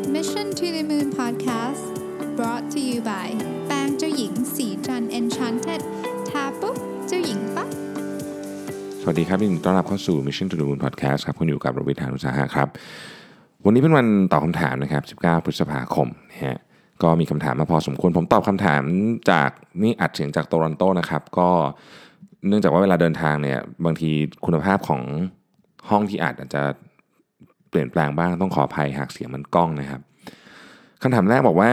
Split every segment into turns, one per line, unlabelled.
Mission to the Moon Podcast brought to you by แป้งเจ้าหญิงสีจัน Enchanted ทาปุ๊บเจ้าหญิงปั๊บ
สวัสดีครับยินดีต้อนรับเข้าสู่ Mission to the Moon Podcast ครับคุณอยู่กับโรบิน หาญอุตสาหะครับวันนี้เป็นวันตอบคำถามนะครับ19พฤษภาคมนะฮะก็มีคำถามมาพอสมควรผมตอบคำถามจากนี่อัดเสียงจากโตรอนโตนะครับก็เนื่องจากว่าเวลาเดินทางเนี่ยบางทีคุณภาพของห้องที่อัดอาจจะเปลี่ยนแปลงบ้างต้องขออภัยหากเสียงมันก้องนะครับคำถามแรกบอกว่า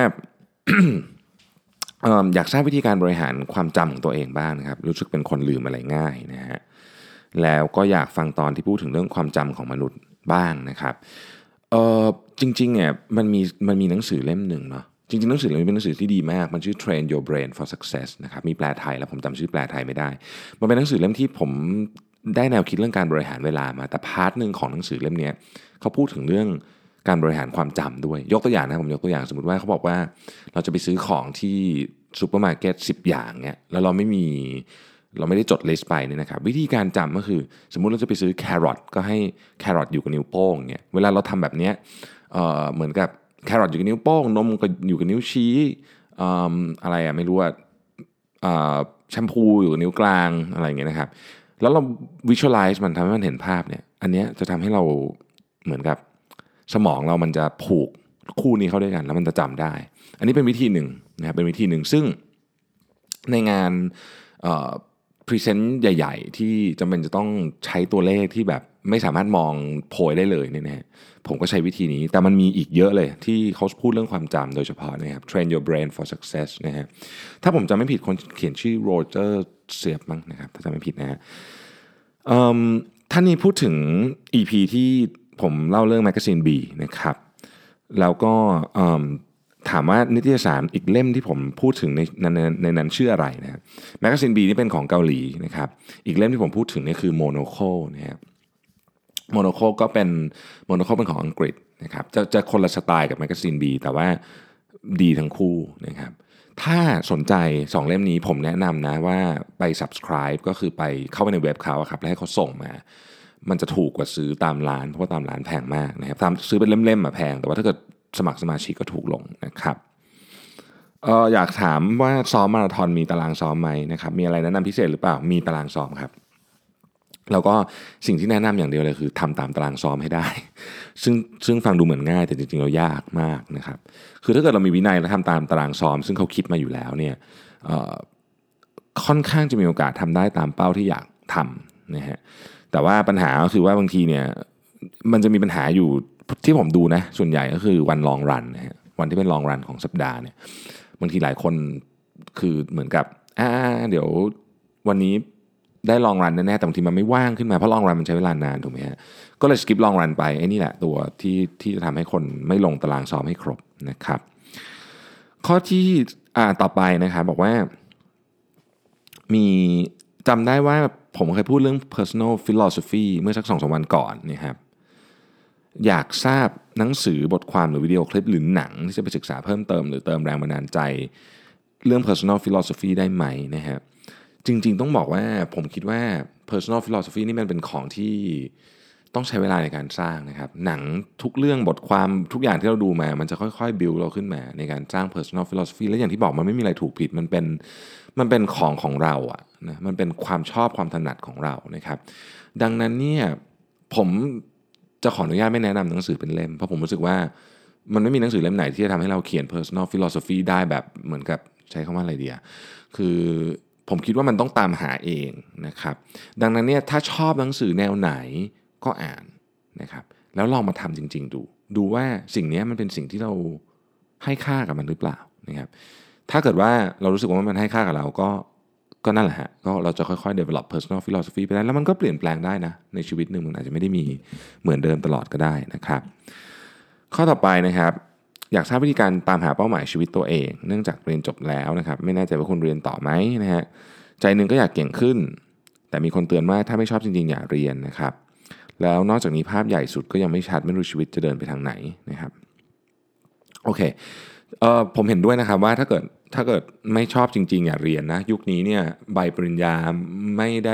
อยากทราบวิธีการบริหารความจำของตัวเองบ้างนะครับรู้สึกเป็นคนลืมอะไรง่ายนะฮะแล้วก็อยากฟังตอนที่พูดถึงเรื่องความจำของมนุษย์บ้างนะครับจริงๆเนี่ยมันมีหนังสือเล่มหนึ่งเนาะจริงๆหนังสือเล่มนี้เป็นหนังสือที่ดีมากมันชื่อ Train Your Brain for Success นะครับมีแปลไทยแล้วผมจำชื่อแปลไทยไม่ได้มันเป็นหนังสือเล่มที่ผมได้แนวคิดเรื่องการบริหารเวลามาแต่พาร์ทนึงของหนังสือเล่มนี้เขาพูดถึงเรื่องการบริหารความจำด้วยยกตัวอย่างนะผมยกตัวอย่างสมมติว่าเขาบอกว่าเราจะไปซื้อของที่ซูเปอร์มาร์เก็ต10อย่างเนี่ยแล้วเราไม่ได้จดลิสต์ไปเนี่ยนะครับวิธีการจำก็คือสมมุติเราจะไปซื้อแครอทก็ให้แครอทอยู่กับนิ้วโป้งเนี่ยเวลาเราทำแบบนี้เหมือนกับแครอทอยู่กับนิ้วโป้งนมก็อยู่กับนิ้วชี้อะไรไม่รู้ว่าแชมพูอยู่กับนิ้วกลางอะไรอย่างเงี้ยนะครับแล้วเรา visualize มันทำให้มันเห็นภาพเนี่ยอันเนี้ยจะทำให้เราเหมือนกับสมองเรามันจะผูกคู่นี้เข้าด้วยกันแล้วมันจะจำได้อันนี้เป็นวิธีหนึ่งนะครับเป็นวิธีหนึ่งซึ่งในงานพรีเซนต์ใหญ่ๆที่จำเป็นจะต้องใช้ตัวเลขที่แบบไม่สามารถมองโพยได้เลยเนี่ยนะผมก็ใช้วิธีนี้แต่มันมีอีกเยอะเลยที่เขาพูดเรื่องความจำโดยเฉพาะนะครับ Train Your Brain for Success นะฮะถ้าผมจำไม่ผิดคนเขียนชื่อโรเจอร์เซียบมั้งนะครับถ้าจำไม่ผิดนะฮะท่านนี้พูดถึง EP ที่ผมเล่าเรื่อง Magazine B นะครับแล้วก็ถามว่านิตยสารอีกเล่มที่ผมพูดถึงในนั้นชื่ออะไรนะแมกกาซีน B นี่เป็นของเกาหลีนะครับอีกเล่มที่ผมพูดถึงนี่คือโมโนโคนะครับโมโนโคก็เป็นของอังกฤษนะครับจะคนละสไตล์กับแมกกาซีน B แต่ว่าดีทั้งคู่นะครับถ้าสนใจ2เล่มนี้ผมแนะนำนะว่าไป subscribe ก็คือไปเข้าไปในเว็บเขาครับแล้วให้เขาส่งมามันจะถูกกว่าซื้อตามร้านเพราะว่าตามร้านแพงมากนะครับซื้อเป็นเล่มๆแพงแต่ว่าถ้าเกิดสมัครสมาชิกก็ถูกลงนะครับอยากถามว่าซ้อมมาราธอนมีตารางซ้อมไหมนะครับมีอะไรแนะนำพิเศษหรือเปล่ามีตารางซ้อมครับแล้วก็สิ่งที่แนะนำอย่างเดียวเลยคือทำตามตารางซ้อมให้ได้ซึ่งฟังดูเหมือนง่ายแต่จริงๆเรายากมากนะครับคือถ้าเกิดเรามีวินัยและทำตามตารางซ้อมซึ่งเขาคิดมาอยู่แล้วเนี่ยค่อนข้างจะมีโอกาสทำได้ตามเป้าที่อยากทำนะฮะแต่ว่าปัญหาก็คือว่าบางทีเนี่ยมันจะมีปัญหาอยู่ที่ผมดูนะส่วนใหญ่ก็คือวันลองรันนะฮะวันที่เป็นลองรันของสัปดาห์เนี่ยบางทีหลายคนคือเหมือนกับเดี๋ยววันนี้ได้ลองรันแน่ๆแต่บางทีมันไม่ว่างขึ้นมาเพราะลองรันมันใช้เวลานานถูกไหมฮะก็เลยสกิปลองรันไปไอ้นี่แหละตัวที่จะทำให้คนไม่ลงตารางซ้อมให้ครบนะครับข้อที่ต่อไปนะครับบอกว่ามีจำได้ว่าผมเคยพูดเรื่อง personal philosophy เมื่อสัก 2-3 วันก่อนนะครับอยากทราบหนังสือบทความหรือวิดีโอคลิปหรือหนังที่จะไปศึกษาเพิ่มเติมหรือเติมแรงบันดาลใจเรื่อง personal philosophy ได้ไหมนะฮะจริงๆต้องบอกว่าผมคิดว่า personal philosophy นี่มันเป็นของที่ต้องใช้เวลาในการสร้างนะครับหนังทุกเรื่องบทความทุกอย่างที่เราดูมามันจะค่อยๆ build เราขึ้นมาในการสร้าง personal philosophy และอย่างที่บอกมันไม่มีอะไรถูกผิดมันเป็นของเราอะนะมันเป็นความชอบความถนัดของเรานะครับดังนั้นเนี่ยผมจะขออนุญาตไม่แนะนำหนังสือเป็นเล่มเพราะผมรู้สึกว่ามันไม่มีหนังสือเล่มไหนที่จะทำให้เราเขียน personal philosophy ได้แบบเหมือนกับใช้คำว่าอะไรดีอะคือผมคิดว่ามันต้องตามหาเองนะครับดังนั้นเนี่ยถ้าชอบหนังสือแนวไหนก็อ่านนะครับแล้วลองมาทำจริงๆดูว่าสิ่งนี้มันเป็นสิ่งที่เราให้ค่ากับมันหรือเปล่านะครับถ้าเกิดว่าเรารู้สึกว่ามันให้ค่ากับเราก็นั่นแหละฮะก็เราจะค่อยๆ develop personal philosophy ไปได้แล้วมันก็เปลี่ยนแปลงได้นะในชีวิตหนึ่งมันอาจจะไม่ได้มีเหมือนเดิมตลอดก็ได้นะครับข้อต่อไปนะครับอยากทราบวิธีการตามหาเป้าหมายชีวิตตัวเองเนื่องจากเรียนจบแล้วนะครับไม่แน่ใจว่าคุณเรียนต่อไหมนะฮะใจหนึ่งก็อยากเก่งขึ้นแต่มีคนเตือนว่าถ้าไม่ชอบจริงๆอย่าเรียนนะครับแล้วนอกจากนี้ภาพใหญ่สุดก็ยังไม่ชัดไม่รู้ชีวิตจะเดินไปทางไหนนะครับโอเคผมเห็นด้วยนะครับว่าถ้าเกิดไม่ชอบจริงๆอย่าเรียนนะยุคนี้เนี่ยใบปริญญาไม่ได้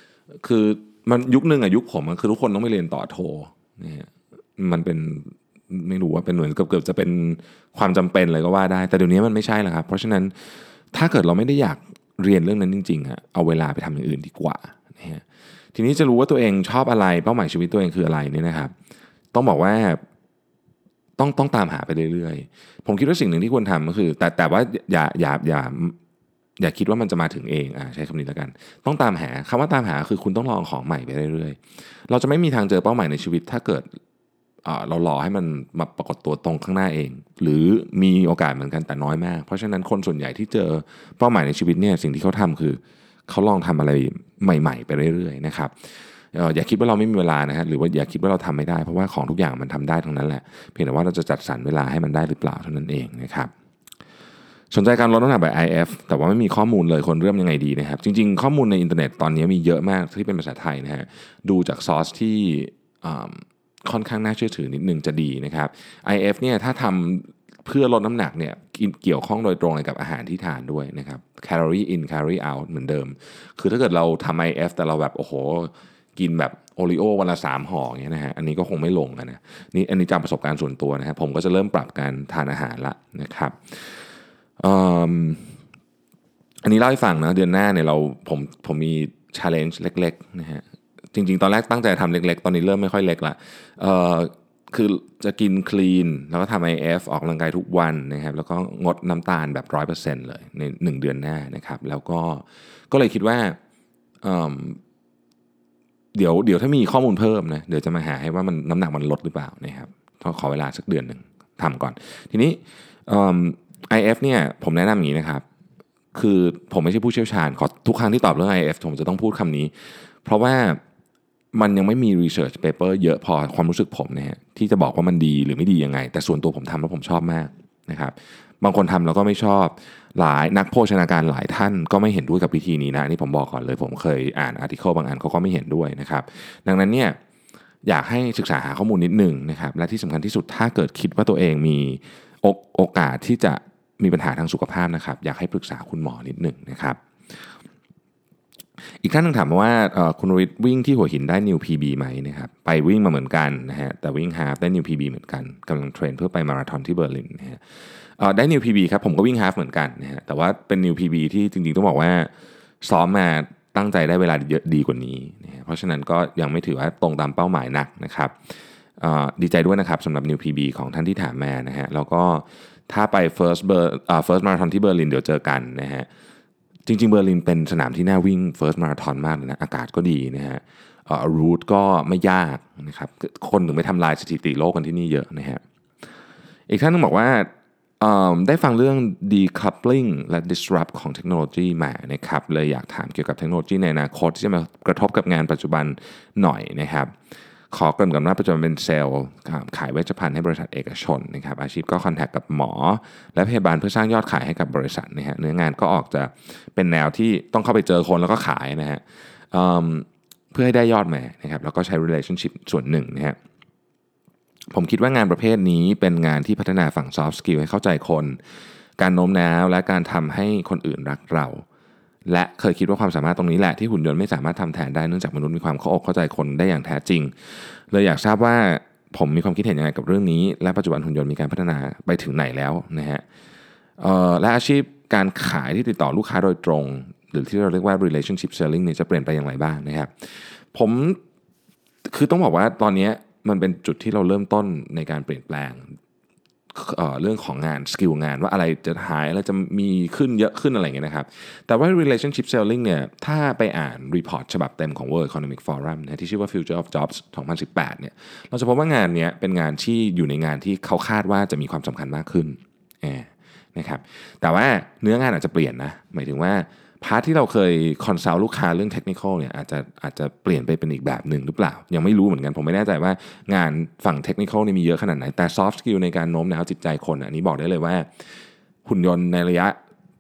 คือมันยุคนึงยุคผมคือทุกคนต้องไปเรียนต่อโทนี่มันเป็นไม่รู้ว่าเป็นเหมือนเกือบจะเป็นความจำเป็นเลยก็ว่าได้แต่เดี๋ยวนี้มันไม่ใช่แล้วครับเพราะฉะนั้นถ้าเกิดเราไม่ได้อยากเรียนเรื่องนั้นจริงๆฮะเอาเวลาไปทำอย่างอื่นดีกว่านะฮะทีนี้จะรู้ว่าตัวเองชอบอะไรเป้าหมายชีวิตตัวเองคืออะไรเนี่ยนะครับต้องบอกว่าต้องตามหาไปเรื่อยๆผมคิดว่าสิ่งหนึ่งที่ควรทำก็คือแต่ว่าอย่าคิดว่ามันจะมาถึงเองใช้คำนี้แล้วกันต้องตามหาคำว่าตามหาคือคุณต้องลองของใหม่ไปเรื่อยๆเราจะไม่มีทางเจอเป้าหมายในชีวิตถ้าเกิดเรารอให้มันมาปรากฏตัวตรงข้างหน้าเองหรือมีโอกาสเหมือนกันแต่น้อยมากเพราะฉะนั้นคนส่วนใหญ่ที่เจอเป้าหมายในชีวิตเนี่ยสิ่งที่เขาทำคือเขาลองทำอะไรใหม่ๆไปเรื่อยๆนะครับอย่าคิดว่าเราไม่มีเวลานะฮะหรือว่าอย่าคิดว่าเราทำไม่ได้เพราะว่าของทุกอย่างมันทำได้ทั้งนั้นแหละเพียงแต่ว่าเราจะจัดสรรเวลาให้มันได้หรือเปล่าเท่านั้นเองนะครับสนใจการลดน้ำหนักแบบ IF แต่ว่าไม่มีข้อมูลเลยคนเริ่มยังไงดีนะครับจริงๆข้อมูลในอินเทอร์เน็ตตอนนี้มีเยอะมากที่เป็นภาษาไทยนะฮะดูจากซอสที่ค่อนข้างน่าเชื่อถือนิดนึงจะดีนะครับ IF เนี่ยถ้าทำเพื่อลดน้ำหนักเนี่ยเกี่ยวข้องโดยตรงกับอาหารที่ทานด้วยนะครับ calorie in calorie out เหมือนเดิมคือถ้าเกิดเราทำ IF แต่เราแบบโอ้โหกินแบบโอริโอวันละ3 ห่ออย่างเงี้ยนะฮะอันนี้ก็คงไม่ลงนะนี่อันนี้จากประสบการณ์ส่วนตัวนะครับผมก็จะเริ่มปรับการทานอาหารละนะครับอันนี้เล่าให้ฟังนะเดือนหน้าเนี่ยผมมี challenge เล็กๆนะฮะจริงๆตอนแรกตั้งใจทำเล็กๆตอนนี้เริ่มไม่ค่อยเล็กละคือจะกินคลีนแล้วก็ทำ IF ออกกำลังกายทุกวันนะครับแล้วก็งดน้ำตาลแบบ 100% เลยใน1 เดือนหน้านะครับแล้วก็เลยคิดว่าเดี๋ยวถ้ามีข้อมูลเพิ่มนะเดี๋ยวจะมาหาให้ว่ามันน้ำหนักมันลดหรือเปล่านะครับขอเวลาสักเดือนหนึ่งทำก่อนทีนี้IF เนี่ยผมแนะนำอย่างนี้นะครับคือผมไม่ใช่ผู้เชี่ยวชาญขอทุกครั้งที่ตอบเรื่อง IF ผมจะต้องพูดคำนี้เพราะว่ามันยังไม่มี research paper เยอะพอความรู้สึกผมนะฮะที่จะบอกว่ามันดีหรือไม่ดียังไงแต่ส่วนตัวผมทำแล้วผมชอบมากนะครับบางคนทำแล้วก็ไม่ชอบหลายนักโภชนาการหลายท่านก็ไม่เห็นด้วยกับวิธีนี้นะนี่ผมบอกก่อนเลยผมเคยอ่านอาร์ติเคิลบางอันเขาก็ไม่เห็นด้วยนะครับดังนั้นเนี่ยอยากให้ศึกษาหาข้อมูลนิดนึงนะครับและที่สำคัญที่สุดถ้าเกิดคิดว่าตัวเองมีโอกาสที่จะมีปัญหาทางสุขภาพนะครับอยากให้ปรึกษาคุณหมอนิดหนึ่งนะครับอีกท่านนึงถามมาว่าคุณฤทธิ์วิ่งที่หัวหินได้ New PB ไหมนะครับไปวิ่งมาเหมือนกันนะฮะแต่วิ่งฮาล์ฟได้ New PB เหมือนกันกำลังเทรนเพื่อไปมาราธอนที่เบอร์ลินนะฮะได้ New PB ครับผมก็วิ่งฮาล์ฟเหมือนกันนะฮะแต่ว่าเป็น New PB ที่จริงๆต้องบอกว่าซ้อมมาตั้งใจได้เวลาเยอะดีกว่านี้นะฮะเพราะฉะนั้นก็ยังไม่ถือว่าตรงตามเป้าหมายนักนะครับดีใจด้วยนะครับสำหรับ New PB ของท่านที่ถามมานะฮะแล้วก็ถ้าไป First Marathon ที่เบอร์ลินเดี๋ยวเจอกันนะฮะจริงๆเบอร์ลินเป็นสนามที่น่าวิ่ง First Marathon มากเลยนะอากาศก็ดีนะฮะรูทก็ไม่ยากนะครับคนถึงไปทำลายสถิติโลกกันที่นี่เยอะนะฮะอีกท่านนึงบอกว่าได้ฟังเรื่อง decoupling และ disrupt ของเทคโนโลยีมานะครับเลยอยากถามเกี่ยวกับเทคโนโลยีในอนาคตที่จะมากระทบกับงานปัจจุบันหน่อยนะครับขอเกริ่นก่อนว่าปัจจุบันเป็นเซลล์ขายเวชภัณฑ์ให้บริษัทเอกชนนะครับอาชีพก็คอนแทคกับหมอและพยาบาลเพื่อสร้างยอดขายให้กับบริษัทนะฮะเนื้องานก็ออกจะเป็นแนวที่ต้องเข้าไปเจอคนแล้วก็ขายนะฮะเพื่อให้ได้ยอดมานะครับแล้วก็ใช้ relationship ส่วนหนึ่งนะฮะผมคิดว่างานประเภทนี้เป็นงานที่พัฒนาฝั่ง soft skill ให้เข้าใจคนการโน้มน้าวและการทำให้คนอื่นรักเราและเคยคิดว่าความสามารถตรงนี้แหละที่หุ่นยนต์ไม่สามารถทำแทนได้เนื่องจากมนุษย์มีความเข้าใจคนได้อย่างแท้จริงเลยอยากทราบว่าผมมีความคิดเห็นยังไงกับเรื่องนี้และปัจจุบันหุ่นยนต์มีการพัฒนาไปถึงไหนแล้วนะฮะและอาชีพการขายที่ติดต่อลูกค้าโดยตรงหรือที่เราเรียกว่า relationship selling เนี่ยจะเปลี่ยนไปอย่างไรบ้างนะครับผมคือต้องบอกว่าตอนนี้มันเป็นจุดที่เราเริ่มต้นในการเปลี่ยนแปลงเรื่องของงานสกิลงานว่าอะไรจะหายอะไรจะมีขึ้นเยอะขึ้นอะไรอย่างเงี้ยนะครับแต่ว่า relationship selling เนี่ยถ้าไปอ่านรีพอร์ตฉบับเต็มของ World Economic Forum นะที่ชื่อว่า Future of Jobs 2018เนี่ยเราจะพบว่างานนี้เป็นงานที่อยู่ในงานที่เขาคาดว่าจะมีความสำคัญมากขึ้นนะครับแต่ว่าเนื้องานอาจจะเปลี่ยนนะหมายถึงว่าพาร์ทที่เราเคยคอนซัลท์ลูกค้าเรื่องเทคนิคอลเนี่ยอาจจะเปลี่ยนไปเป็นอีกแบบหนึ่งหรือเปล่ายังไม่รู้เหมือนกันผมไม่แน่ใจว่างานฝั่งเทคนิคอลนี่มีเยอะขนาดไหนแต่ซอฟต์สกิลในการโน้มน้าวจิตใจคนอันนี้บอกได้เลยว่าหุ่นยนต์ในระยะ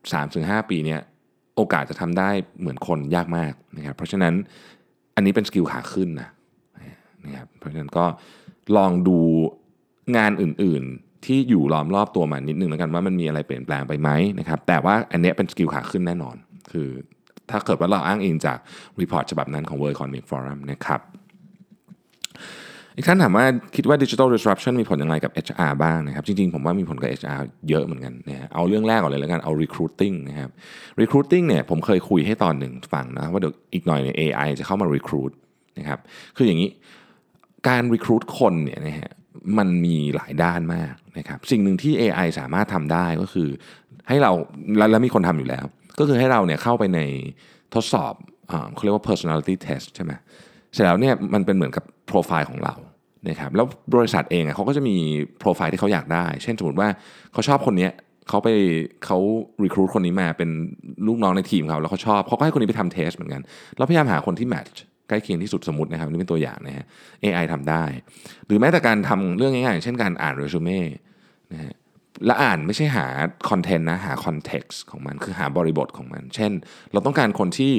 3-5 ปีเนี่ยโอกาสจะทำได้เหมือนคนยากมากนะครับเพราะฉะนั้นอันนี้เป็นสกิลขาขึ้นนะครับเพราะฉะนั้นก็ลองดูงานอื่นๆที่อยู่ล้อมรอบตัวมันนิดนึงแล้วกันว่ามันมีอะไรเปลี่ยนแปลงไปไหมนะครับแต่ว่าอันนี้เป็นสกิลขาขึ้นแน่นอนคือถ้าเกิดว่าเราอ้างอิงจากรีพอร์ตฉบับนั้นของ World Economic Forum นะครับอีกท่านถามว่าคิดว่า Digital Disruption มีผลยังไงกับ HR บ้างนะครับจริงๆผมว่ามีผลกับ HR เยอะเหมือนกันนะฮะเอาเรื่องแรกก่อนเลยแล้วกันเอา recruiting นะครับ recruiting เนี่ยผมเคยคุยให้ตอนหนึ่งฟังนะว่าเดี๋ยวอีกหน่อยเนี่ย AI จะเข้ามา recruit นะครับคืออย่างนี้การ recruit คนเนี่ยนะฮะมันมีหลายด้านมากนะครับสิ่งหนึ่งที่ AI สามารถทำได้ก็คือให้เราแล้วมีคนทำอยู่แล้วก็คือให้เราเนี่ยเข้าไปในทดสอบเขาเรียกว่า personality test ใช่ไหมเสร็จแล้วเนี่ยมันเป็นเหมือนกับโปรไฟล์ของเรานะครับแล้วบริษัทเองเขาก็จะมีโปรไฟล์ที่เขาอยากได้เช่นสมมติว่าเขาชอบคนนี้เขาrecruit คนนี้มาเป็นลูกน้องในทีมเขาแล้วเขาชอบเขาก็ให้คนนี้ไปทำเทสเหมือนกันแล้วพยายามหาคนที่แมทช์ใกล้เคียงที่สุดสมมตินะครับนี่เป็นตัวอย่างนะฮะ AI ทำได้หรือแม้แต่การทำเรื่องง่ายๆเช่นการอ่านเรซูเม่นะฮะและอ่านไม่ใช่หาคอนเทนต์นะหาคอนเท็กซ์ของมันคือหาบริบทของมันเช่นเราต้องการคนที่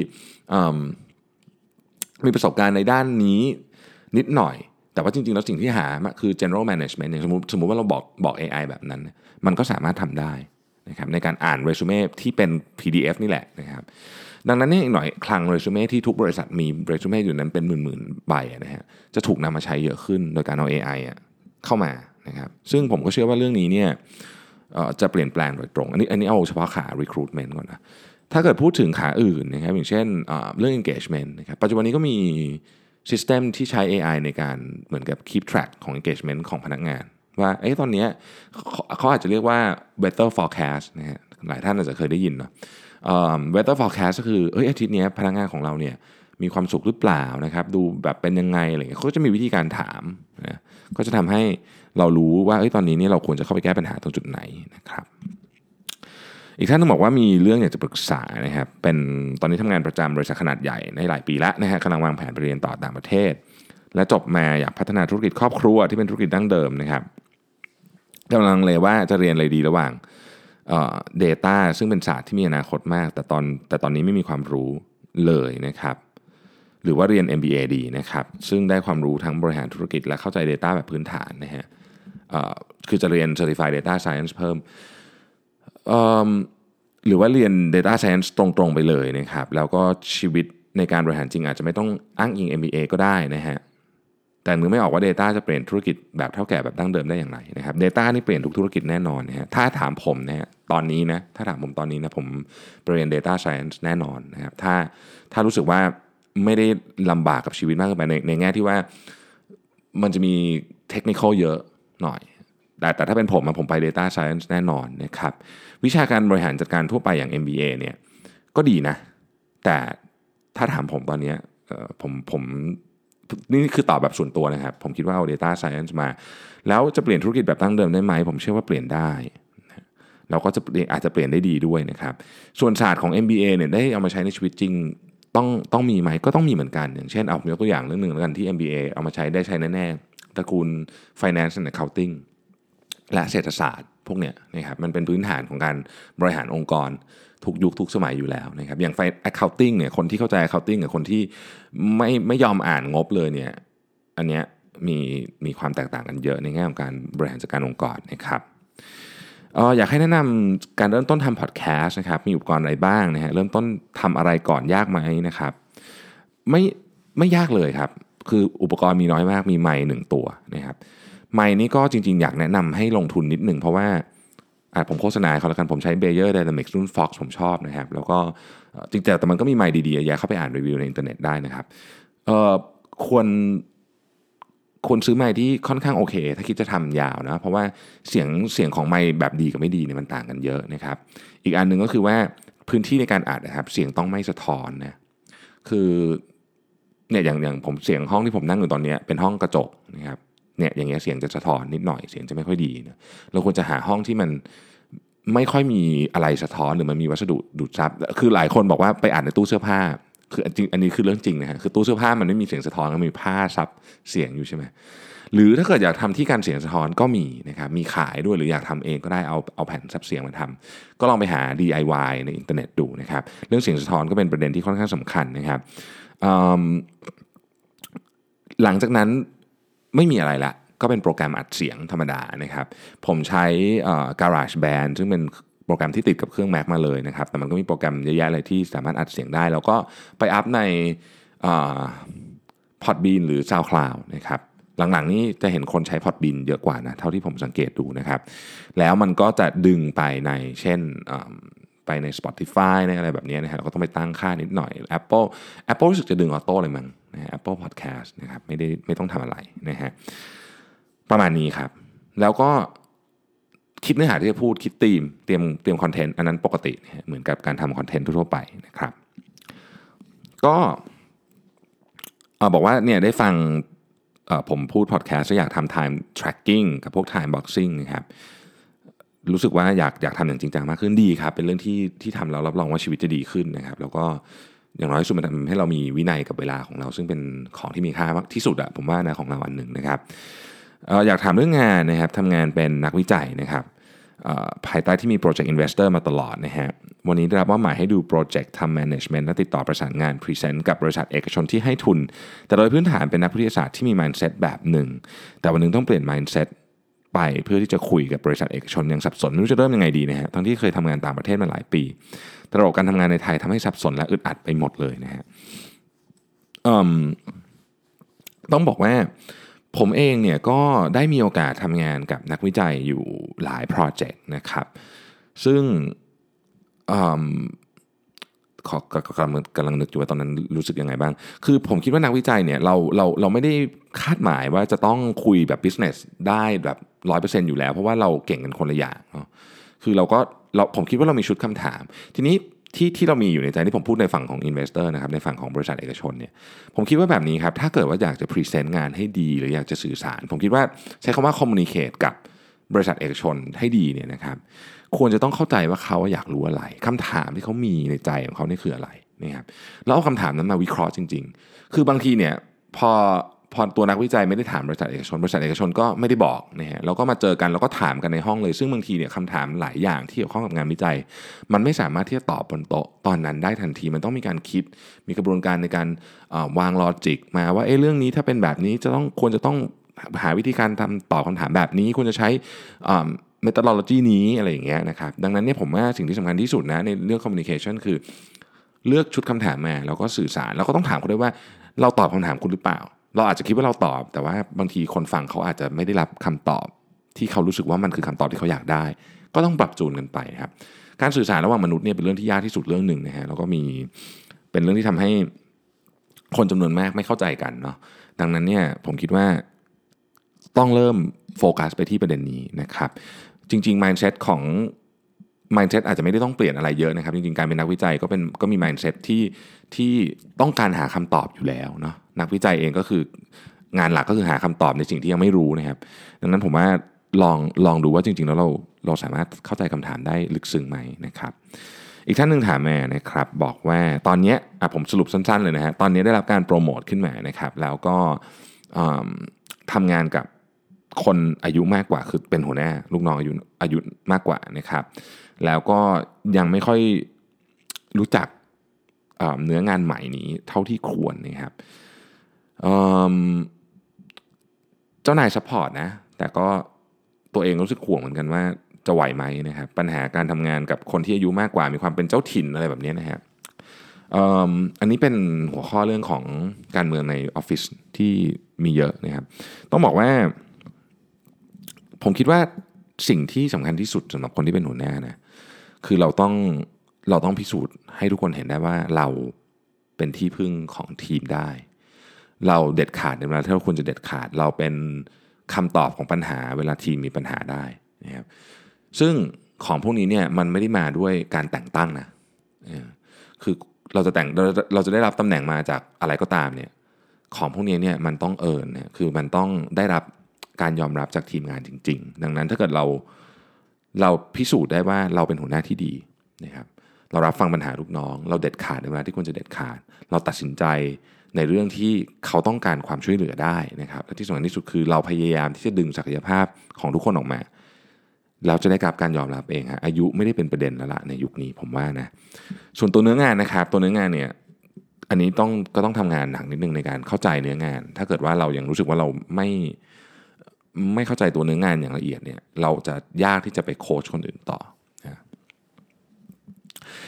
มีประสบการณ์ในด้านนี้นิดหน่อยแต่ว่าจริงๆแล้วสิ่งที่หาคือ general management อย่างสมมุติว่าเราบอก AI แบบนั้นมันก็สามารถทำได้นะครับในการอ่านเรซูเม่ที่เป็น PDF นี่แหละนะครับดังนั้นเนี่ยอีกหน่อยคลังเรซูเม่ที่ทุกบริษัทมีเรซูเม่อยู่นั้นเป็นหมื่นๆใบนะฮะจะถูกนำมาใช้เยอะขึ้นโดยการเอา AI เข้ามานะครับซึ่งผมก็เชื่อว่าเรื่องนี้เนี่ยจะเปลี่ยนแปลงโดยตรงอันนี้เอาเฉพาะขา recruitment ก่อนนะถ้าเกิดพูดถึงขาอื่นนะครับอย่างเช่นเรื่อง engagement นะครับปัจจุบันนี้ก็มีsystem ที่ใช้ AI ในการเหมือนกับ keep track ของ engagement ของพนักงานว่าตอนนี้เขาอาจจะเรียกว่า weather forecast นะฮะหลายท่านอาจจะเคยได้ยินเนาะweather forecast ก็คืออาทิตย์นี้พนักงานของเราเนี่ยมีความสุขหรือเปล่านะครับดูแบบเป็นยังไงอะไรเงี้ยเขาจะมีวิธีการถามนะก็จะทำให้เรารู้ว่าตอนนี้เนี่ยเราควรจะเข้าไปแก้ปัญหาตรงจุดไหนนะครับอีกท่านต้องบอกว่ามีเรื่องอยากจะปรึกษานะครับเป็นตอนนี้ทำงานประจำบริษัทขนาดใหญ่ในหลายปีแล้วนะฮะกำลังวางแผนไปเรียนต่อต่างประเทศและจบมาอยากพัฒนาธุรกิจครอบครัวที่เป็นธุรกิจดั้งเดิมนะครับกำลังเลยว่าจะเรียนอะไรดีระหว่างdata ซึ่งเป็นศาสตร์ที่มีอนาคตมากแต่ตอนนี้ไม่มีความรู้เลยนะครับหรือว่าเรียน MBA ดีนะครับซึ่งได้ความรู้ทั้งบริหารธุรกิจและเข้าใจ data แบบพื้นฐานนะฮะคือจะเรียน Certified Data Science เพิ่มหรือว่าเรียน Data Science ตรงๆไปเลยนะครับแล้วก็ชีวิตในการบริหารจริงอาจจะไม่ต้องอ้างอิง MBA ก็ได้นะฮะแต่นึกไม่ออกว่า Data จะเปลี่ยนธุรกิจแบบเท่าแก่แบบดั้งเดิมได้อย่างไรนะครับ Data นี่เปลี่ยนทุกธุรกิจแน่นอนนะฮะถ้าถามผมนะฮะตอนนี้นะถ้าถามผมตอนนี้นะผมเรียน Data Science แน่นอนนะครับถ้ารู้สึกว่าไม่ได้ลำบากกับชีวิตมากเกินไปในแง่ที่ว่ามันจะมีเทคนิคเยอะหน่อยแต่ถ้าเป็นผมไป Data Science แน่นอนนะครับวิชาการบริหารจัดการทั่วไปอย่าง MBA เนี่ยก็ดีนะแต่ถ้าถามผมตอนนี้ผมนี่คือตอบแบบส่วนตัวนะครับผมคิดว่าเอา Data Science มาแล้วจะเปลี่ยนธุรกิจแบบตั้งเดิมได้ไหมผมเชื่อว่าเปลี่ยนได้เราก็อาจจะเปลี่ยนได้ดีด้วยนะครับส่วนศาสตร์ของ MBA เนี่ยได้เอามาใช้ในชีวิตจริงต้องมีไหมก็ต้องมีเหมือนกันอย่างเช่นเอายกตัวอย่างเรื่องหนึ่งแล้วกันที่ MBA เอามาใช้แน่ๆตระกูล Finance and Accounting และเศรษฐศาสตร์พวกเนี้ยนะครับมันเป็นพื้นฐานของการบริหารองค์กรทุกยุคทุกสมัยอยู่แล้วนะครับอย่าง accounting เนี่ยคนที่เข้าใจ accounting กับคนที่ไม่ยอมอ่านงบเลยเนี่ยอันเนี้ยมีความแตกต่างกันเยอะในแง่ของการบริหารจัดการองค์กรนะครับอยากให้แนะนำการเริ่มต้นทำพอดแคสต์นะครับมีอุปกรณ์อะไรบ้างนะฮะเริ่มต้นทำอะไรก่อนยากไหมนะครับไม่ยากเลยครับคืออุปกรณ์มีน้อยมากมีไมค์1ตัวนะครับไมค์นี้ก็จริงๆอยากแนะนำให้ลงทุนนิดหนึ่งเพราะว่าผมโฆษณาเขาแล้วกันผมใช้ Beyer Dynamics รุ่น Fox ผมชอบนะครับแล้วก็จริงๆแต่มันก็มีไมค์ดีๆอย่าเข้าไปอ่านรีวิวในอินเทอร์เน็ตได้นะครับควรซื้อไมค์ที่ค่อนข้างโอเคถ้าคิดจะทำยาวนะเพราะว่าเสียงของไมค์แบบดีกับไม่ดีเนี่ยมันต่างกันเยอะนะครับอีกอันหนึ่งก็คือว่าพื้นที่ในการอัดนะครับเสียงต้องไม่สะท้อนนะคือเนี่ยอย่างผมเสียงห้องที่ผมนั่งอยู่ตอนนี้เป็นห้องกระจกนะครับเนี่ยอย่างเงี้ยเสียงจะสะท้อนนิดหน่อยเสียงจะไม่ค่อยดีนะเราควรจะหาห้องที่มันไม่ค่อยมีอะไรสะท้อนหรือมันมีวัสดุดูดซับคือหลายคนบอกว่าไปอ่านในตู้เสื้อผ้าคือจริงอันนี้คือเรื่องจริงนะฮะคือตู้เสื้อผ้ามันไม่มีเสียงสะท้อนมันมีผ้าซับเสียงอยู่ใช่ไหมหรือถ้าเกิดอยากทำที่กันเสียงสะท้อนก็มีนะครับมีขายด้วยหรืออยากทำเองก็ได้เอาแผ่นซับเสียงมาทำก็ลองไปหา DIY ในอินเทอร์เน็ตดูนะครับเรื่องเสียงสะท้อนก็เป็นประเด็นที่ค่อนข้างสำคัญนะครับหลังจากนั้นไม่มีอะไรละก็เป็นโปรแกรมอัดเสียงธรรมดานะครับผมใช้ GarageBand ซึ่งเป็นโปรแกรมที่ติดกับเครื่อง Mac มาเลยนะครับแต่มันก็มีโปรแกรมเยอะแยะเลยที่สามารถอัดเสียงได้แล้วก็ไปอัพในPodbean หรือ SoundCloud นะครับหลังๆนี้จะเห็นคนใช้ Podbean เยอะกว่านะเท่าที่ผมสังเกตดูนะครับแล้วมันก็จะดึงไปในเช่นไปใน Spotify ในอะไรแบบนี้นะฮะเราก็ต้องไปตั้งค่านิดหน่อย Apple รู้สึกจะดึงออโต้เลยมั้งนะ Apple Podcast นะครับไม่ต้องทำอะไรนะฮะประมาณนี้ครับแล้วก็คิดเนื้อหาที่จะพูดคิดธีมเตรียมคอนเทนต์อันนั้นปกติเหมือนกับการทำคอนเทนต์ทั่วไปนะครับก็บอกว่าเนี่ยได้ฟังผมพูดพอดแคสต์อยากทำ time tracking กับพวก time boxing นะครับรู้สึกว่าอยากทำอย่างจริงจังมากขึ้นดีครับเป็นเรื่องที่ทำแล้วรับรองว่าชีวิตจะดีขึ้นนะครับแล้วก็อย่างน้อยที่สุดมันทำให้เรามีวินัยกับเวลาของเราซึ่งเป็นของที่มีค่ามากที่สุดผมว่านะของเราอันหนึ่งนะครับอยากถามเรื่องงานนะครับทำงานเป็นนักวิจัยนะครับภายใต้ที่มี Project Investor มาตลอดนะฮะวันนี้ได้รับมอบหมายให้ดูโปรเจกต์ทำ Management และติดต่อประสานงาน Present กับบริษัทเอกชนที่ให้ทุนแต่โดยพื้นฐานเป็นนักวิทยาศาสตร์ที่มี Mindset แบบหนึ่งแต่วันนึงต้องเปลี่ยน Mindset ไปเพื่อที่จะคุยกับบริษัทเอกชนยังสับสนไม่รู้จะเริ่มยังไงดีนะฮะทั้งที่เคยทำงานต่างประเทศมาหลายปีแต่ระบบการทำงานในไทยทำให้สับสนและอึดอัดไปหมดเลยนะฮะต้องบอกว่าผมเองเนี่ยก็ได้มีโอกาสทำงานกับนักวิจัยอยู่หลายโปรเจกต์นะครับซึ่งกำลังนึกอยู่ว่าตอนนั้นรู้สึกยังไงบ้างคือผมคิดว่านักวิจัยเนี่ยเราไม่ได้คาดหมายว่าจะต้องคุยแบบ business ได้แบบ 100% อยู่แล้วเพราะว่าเราเก่งกันคนละอย่างเนาะคือผมคิดว่าเรามีชุดคำถามทีนี้ที่เรามีอยู่ในใจที่ผมพูดในฝั่งของ investor นะครับในฝั่งของบริษัทเอกชนเนี่ยผมคิดว่าแบบนี้ครับถ้าเกิดว่าอยากจะ present งานให้ดีหรืออยากจะสื่อสารผมคิดว่าใช้คำว่า communicate กับบริษัทเอกชนให้ดีเนี่ยนะครับควรจะต้องเข้าใจว่าเขาอยากรู้อะไรคำถามที่เขามีในใจของเขานี่คืออะไรนะครับแล้วเอาคำถามนั้นมาวิเคราะห์จริงๆคือบางทีเนี่ยพอตัวนักวิจัยไม่ได้ถามบริษัทเอกชนก็ไม่ได้บอกนะฮะแล้วก็มาเจอกันแล้วก็ถามกันในห้องเลยซึ่งบางทีเนี่ยคำถามหลายอย่างที่เกี่ยวข้องกับงานวิจัยมันไม่สามารถที่จะตอบบนโต๊ะตอนนั้นได้ทันทีมันต้องมีการคิดมีกระบวนการในการวางลอจิกมาว่าเรื่องนี้ถ้าเป็นแบบนี้ควรจะต้องหาวิธีการตอบคำถามแบบนี้ควรจะใช้methodology นี้อะไรอย่างเงี้ยนะครับดังนั้นเนี่ยผมว่าสิ่งที่สำคัญที่สุดนะในเรื่อง communication คือเลือกชุดคำถามมาแล้วก็สื่อสารแล้วก็ต้องถามเขาด้วยว่าเราตอบคำถามคุณหรือเปล่าเราอาจจะคิดว่าเราตอบแต่ว่าบางทีคนฟังเขาอาจจะไม่ได้รับคำตอบที่เขารู้สึกว่ามันคือคำตอบที่เขาอยากได้ก็ต้องปรับจูนกันไปครับการสื่อสารระหว่างมนุษย์เนี่ยเป็นเรื่องที่ยากที่สุดเรื่องหนึ่งนะฮะแล้วก็เป็นเรื่องที่ทำให้คนจำนวนมากไม่เข้าใจกันเนาะดังนั้นเนี่ยผมคิดว่าต้องเริ่มโฟกัสไปที่ประเด็นนี้นะครับจริงๆ mindset อาจจะไม่ได้ต้องเปลี่ยนอะไรเยอะนะครับจริงๆการเป็นนักวิจัยก็มี mindset ที่ต้องการหาคำตอบอยู่แล้วเนาะนักวิจัยเองก็คืองานหลักก็คือหาคำตอบในสิ่งที่ยังไม่รู้นะครับดังนั้นผมว่าลองดูว่าจริงๆแล้วเราสามารถเข้าใจคำถามได้ลึกซึ้งไหมนะครับอีกท่านหนึ่งถามมานะครับบอกว่าตอนนี้ผมสรุปสั้นๆเลยนะฮะตอนนี้ได้รับการโปรโมทขึ้นมานะครับแล้วก็ทำงานกับคนอายุมากกว่าคือเป็นหัวหน้าลูกน้องอายุมากกว่านะครับแล้วก็ยังไม่ค่อยรู้จักเนื้องานใหม่นี้เท่าที่ควรนะครับเจ้านายซัพพอร์ตนะแต่ก็ตัวเองรู้สึกห่วงเหมือนกันว่าจะไหวไหมนะครับปัญหาการทำงานกับคนที่อายุมากกว่ามีความเป็นเจ้าถิ่นอะไรแบบนี้นะครับอันนี้เป็นหัวข้อเรื่องของการเมืองในออฟฟิศที่มีเยอะนะครับต้องบอกว่าผมคิดว่าสิ่งที่สำคัญที่สุดสำหรับคนที่เป็นหัวหน้านะคือเราต้องพิสูจน์ให้ทุกคนเห็นได้ว่าเราเป็นที่พึ่งของทีมได้เราเด็ดขาดในเวลาที่เราควรจะเด็ดขาดเราเป็นคำตอบของปัญหาเวลาทีมมีปัญหาได้นะครับซึ่งของพวกนี้เนี่ยมันไม่ได้มาด้วยการแต่งตั้งนะคือเราจะได้รับตำแหน่งมาจากอะไรก็ตามเนี่ยของพวกนี้เนี่ยมันต้องเนี่ยคือมันต้องได้รับการยอมรับจากทีมงานจริงๆดังนั้นถ้าเกิดเราพิสูจน์ได้ว่าเราเป็นหัวหน้าที่ดีนะครับเรารับฟังปัญหาลูกน้องเราเด็ดขาดในเวลาที่ควรจะเด็ดขาดเราตัดสินใจในเรื่องที่เขาต้องการความช่วยเหลือได้นะครับและที่สำคัญที่สุดคือเราพยายามที่จะดึงศักยภาพของทุกคนออกมาเราจะได้รับการยอมรับเองฮะอายุไม่ได้เป็นประเด็นแล้วละในยุคนี้ผมว่านะส่วนตัวเนื้องานนะครับตัวเนื้องานเนี่ยอันนี้ก็ต้องทำงานหนักนิดนึงในการเข้าใจเนื้องานถ้าเกิดว่าเรายังรู้สึกว่าเราไม่เข้าใจตัวเนื้องานอย่างละเอียดเนี่ยเราจะยากที่จะไปโค้ชคนอื่นต่อนะ